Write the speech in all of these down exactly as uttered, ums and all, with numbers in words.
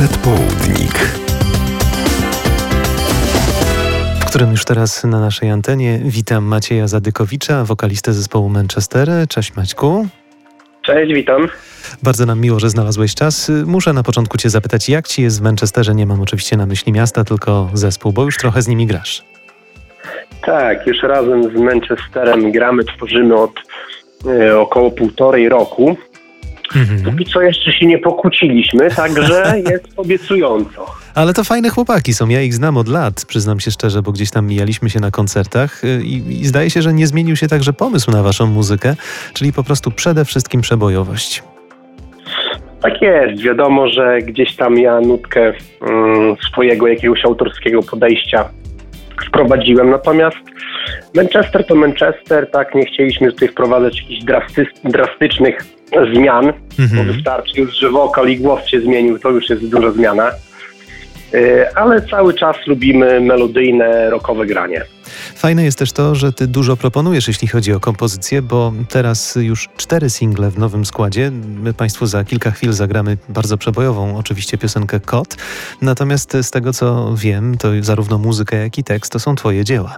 Przedpołudnik, w którym już teraz na naszej antenie witam Macieja Zadykowicza, wokalistę zespołu Manchester. Cześć Maćku. Cześć, witam. Bardzo nam miło, że znalazłeś czas. Muszę na początku cię zapytać, jak ci jest w Manchesterze? Nie mam oczywiście na myśli miasta, tylko zespół, bo już trochę z nimi grasz. Tak, już razem z Manchesterem gramy, tworzymy od e, około półtorej roku. Mhm. Póki co jeszcze się nie pokłóciliśmy, także jest obiecująco. Ale to fajne chłopaki są, ja ich znam od lat, przyznam się szczerze, bo gdzieś tam mijaliśmy się na koncertach i, i zdaje się, że nie zmienił się także pomysł na waszą muzykę, czyli po prostu przede wszystkim przebojowość. Tak jest, wiadomo, że gdzieś tam ja nutkę mm, swojego jakiegoś autorskiego podejścia wprowadziłem, natomiast Manchester to Manchester, tak, nie chcieliśmy tutaj wprowadzać jakichś drasty, drastycznych zmian, mhm. bo wystarczy już, że wokal i głos się zmienił, to już jest duża zmiana, yy, ale cały czas lubimy melodyjne, rockowe granie. Fajne jest też to, że ty dużo proponujesz, jeśli chodzi o kompozycję, bo teraz już cztery single w nowym składzie. My Państwu za kilka chwil zagramy bardzo przebojową, oczywiście piosenkę Kot. Natomiast z tego, co wiem, to zarówno muzyka, jak i tekst to są twoje dzieła.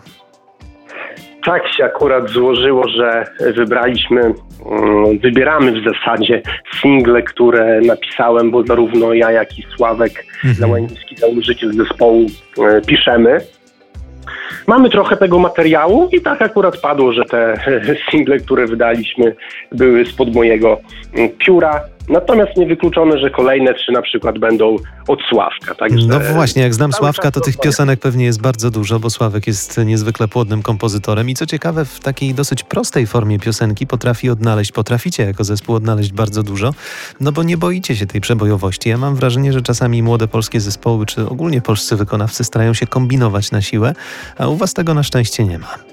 Tak się akurat złożyło, że wybraliśmy, wybieramy w zasadzie single, które napisałem, bo zarówno ja, jak i Sławek Załęcki, założyciel zespołu, piszemy. Mamy trochę tego materiału i tak akurat padło, że te single, które wydaliśmy, były spod mojego pióra. Natomiast niewykluczone, że kolejne trzy na przykład będą od Sławka. Także no właśnie, jak znam Sławka, to tych piosenek pewnie jest bardzo dużo, bo Sławek jest niezwykle płodnym kompozytorem i co ciekawe, w takiej dosyć prostej formie piosenki potrafi odnaleźć, potraficie jako zespół odnaleźć bardzo dużo, no bo nie boicie się tej przebojowości. Ja mam wrażenie, że czasami młode polskie zespoły, czy ogólnie polscy wykonawcy starają się kombinować na siłę, a u was tego na szczęście nie ma.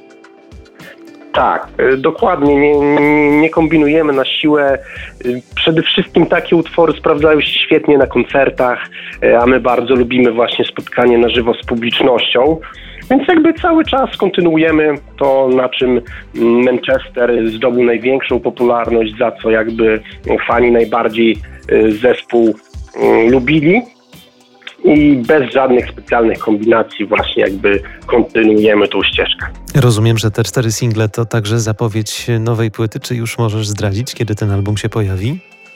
Tak, dokładnie, nie, nie kombinujemy na siłę. Przede wszystkim takie utwory sprawdzają się świetnie na koncertach, a my bardzo lubimy właśnie spotkanie na żywo z publicznością. Więc jakby cały czas kontynuujemy to, na czym Manchester zdobył największą popularność, za co jakby fani najbardziej zespół lubili. I bez żadnych specjalnych kombinacji właśnie jakby kontynuujemy tą ścieżkę. Rozumiem, że te cztery single to także zapowiedź nowej płyty. Czy już możesz zdradzić, kiedy ten album się pojawi?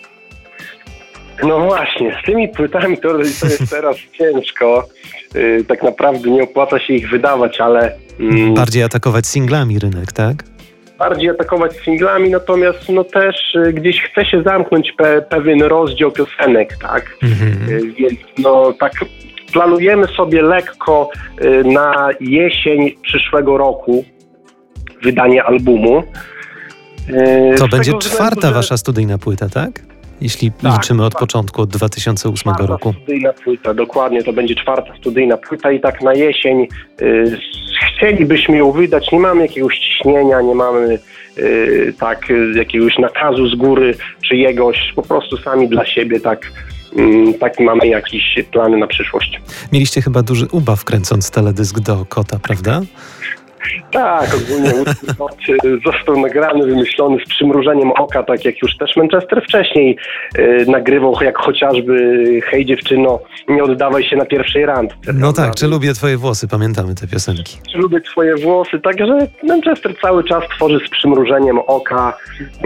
No właśnie, z tymi płytami to, to jest teraz ciężko. Yy, tak naprawdę nie opłaca się ich wydawać, ale... Mm, bardziej atakować singlami rynek, tak? Bardziej atakować singlami, natomiast no też y, gdzieś chce się zamknąć pe, pewien rozdział piosenek, tak? Mm-hmm. Y, więc no tak planujemy sobie lekko y, na jesień przyszłego roku wydanie albumu. Y, to będzie czwarta względu, że... wasza studyjna płyta, tak? Jeśli tak, liczymy od czwarta, początku, od dwa tysiące ósmego roku. Studyjna płyta, dokładnie, to będzie czwarta studyjna płyta i tak na jesień y, chcielibyśmy ją wydać, nie mamy jakiegoś ciśnienia, nie mamy y, tak jakiegoś nakazu z góry czyjegoś, po prostu sami dla siebie tak, y, tak mamy jakieś plany na przyszłość. Mieliście chyba duży ubaw kręcąc teledysk do Kota, prawda? Tak, ogólnie utwór został nagrany, wymyślony z przymrużeniem oka, tak jak już też Manchester wcześniej y, nagrywał, jak chociażby Hej dziewczyno, nie oddawaj się na pierwszej randce. No prawda? Tak, czy lubię twoje włosy, pamiętamy te piosenki. Czy lubię twoje włosy, także Manchester cały czas tworzy z przymrużeniem oka,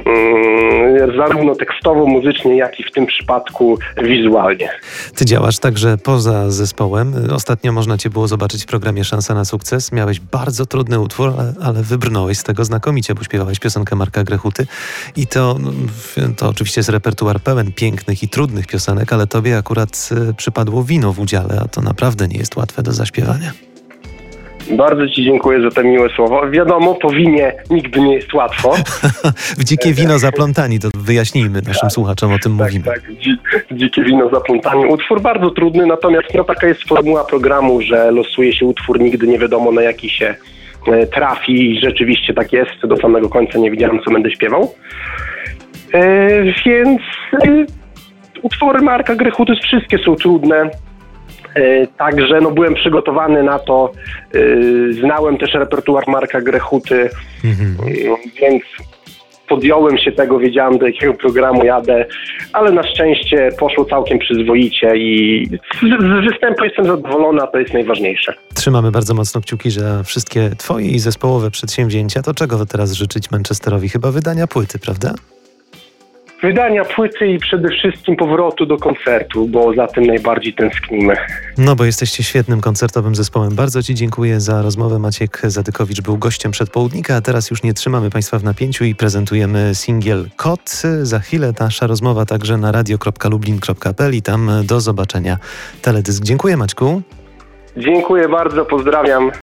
y, zarówno tekstowo, muzycznie, jak i w tym przypadku wizualnie. Ty działasz także poza zespołem. Ostatnio można cię było zobaczyć w programie Szansa na sukces. Miałeś bardzo trudny utwór, ale, ale wybrnąłeś z tego znakomicie, bo śpiewałeś piosenkę Marka Grechuty i to, to oczywiście jest repertuar pełen pięknych i trudnych piosenek, ale tobie akurat y, przypadło wino w udziale, a to naprawdę nie jest łatwe do zaśpiewania. Bardzo ci dziękuję za te miłe słowo. Wiadomo, po winie nigdy nie jest łatwo. W dzikie wino zaplątani, to wyjaśnijmy naszym tak, słuchaczom, o tym tak, mówimy. Tak, dzikie wino zaplątani. Utwór bardzo trudny, natomiast no, taka jest formuła programu, że losuje się utwór, nigdy nie wiadomo na jaki się e, trafi i rzeczywiście tak jest. Do samego końca nie wiedziałem, co będę śpiewał. E, więc e, utwory Marka Grechuty wszystkie są trudne. Także no, byłem przygotowany na to, znałem też repertuar Marka Grechuty, mhm. więc podjąłem się tego, wiedziałem, do jakiego programu jadę, ale na szczęście poszło całkiem przyzwoicie i z, z występu jestem zadowolony, a to jest najważniejsze. Trzymamy bardzo mocno kciuki, że wszystkie twoje i zespołowe przedsięwzięcia, to czego teraz życzyć Manchesterowi? Chyba wydania płyty, prawda? Wydania płyty i przede wszystkim powrotu do koncertu, bo za tym najbardziej tęsknimy. No bo jesteście świetnym koncertowym zespołem. Bardzo ci dziękuję za rozmowę. Maciek Zadykowicz był gościem Przedpołudnika, a teraz już nie trzymamy Państwa w napięciu i prezentujemy singiel Kot. Za chwilę nasza rozmowa także na radio kropka lublin kropka p l i tam do zobaczenia teledysk. Dziękuję, Maćku. Dziękuję bardzo, pozdrawiam.